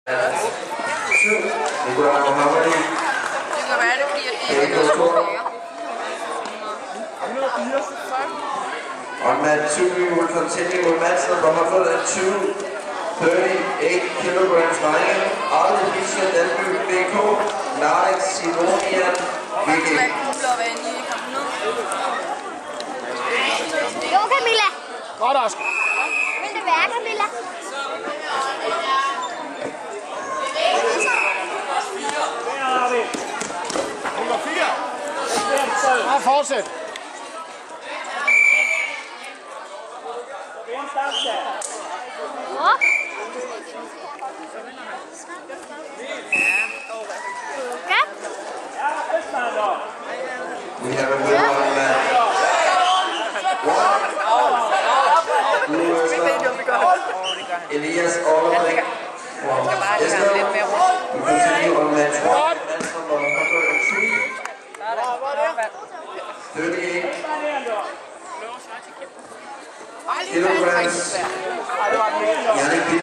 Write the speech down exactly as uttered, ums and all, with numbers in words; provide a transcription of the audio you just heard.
Nicolai Mohamedi. Det kan være, det fordi, at det er noget småere. On mat two, we will continue with match number one hundred two, thirty-eight kilograms lying. Arne Fischer, Danby B K, Narek Sidonia, V G. Jo, Camilla. Godt, Oscar. Vil det være, Camilla? Nummer fire. Ja, fortsæt. Op. We have a winner on mat one. Elias Olrik from Israel. We continue on match one, match number one hundred three, thirty-eight kilograms. Yannick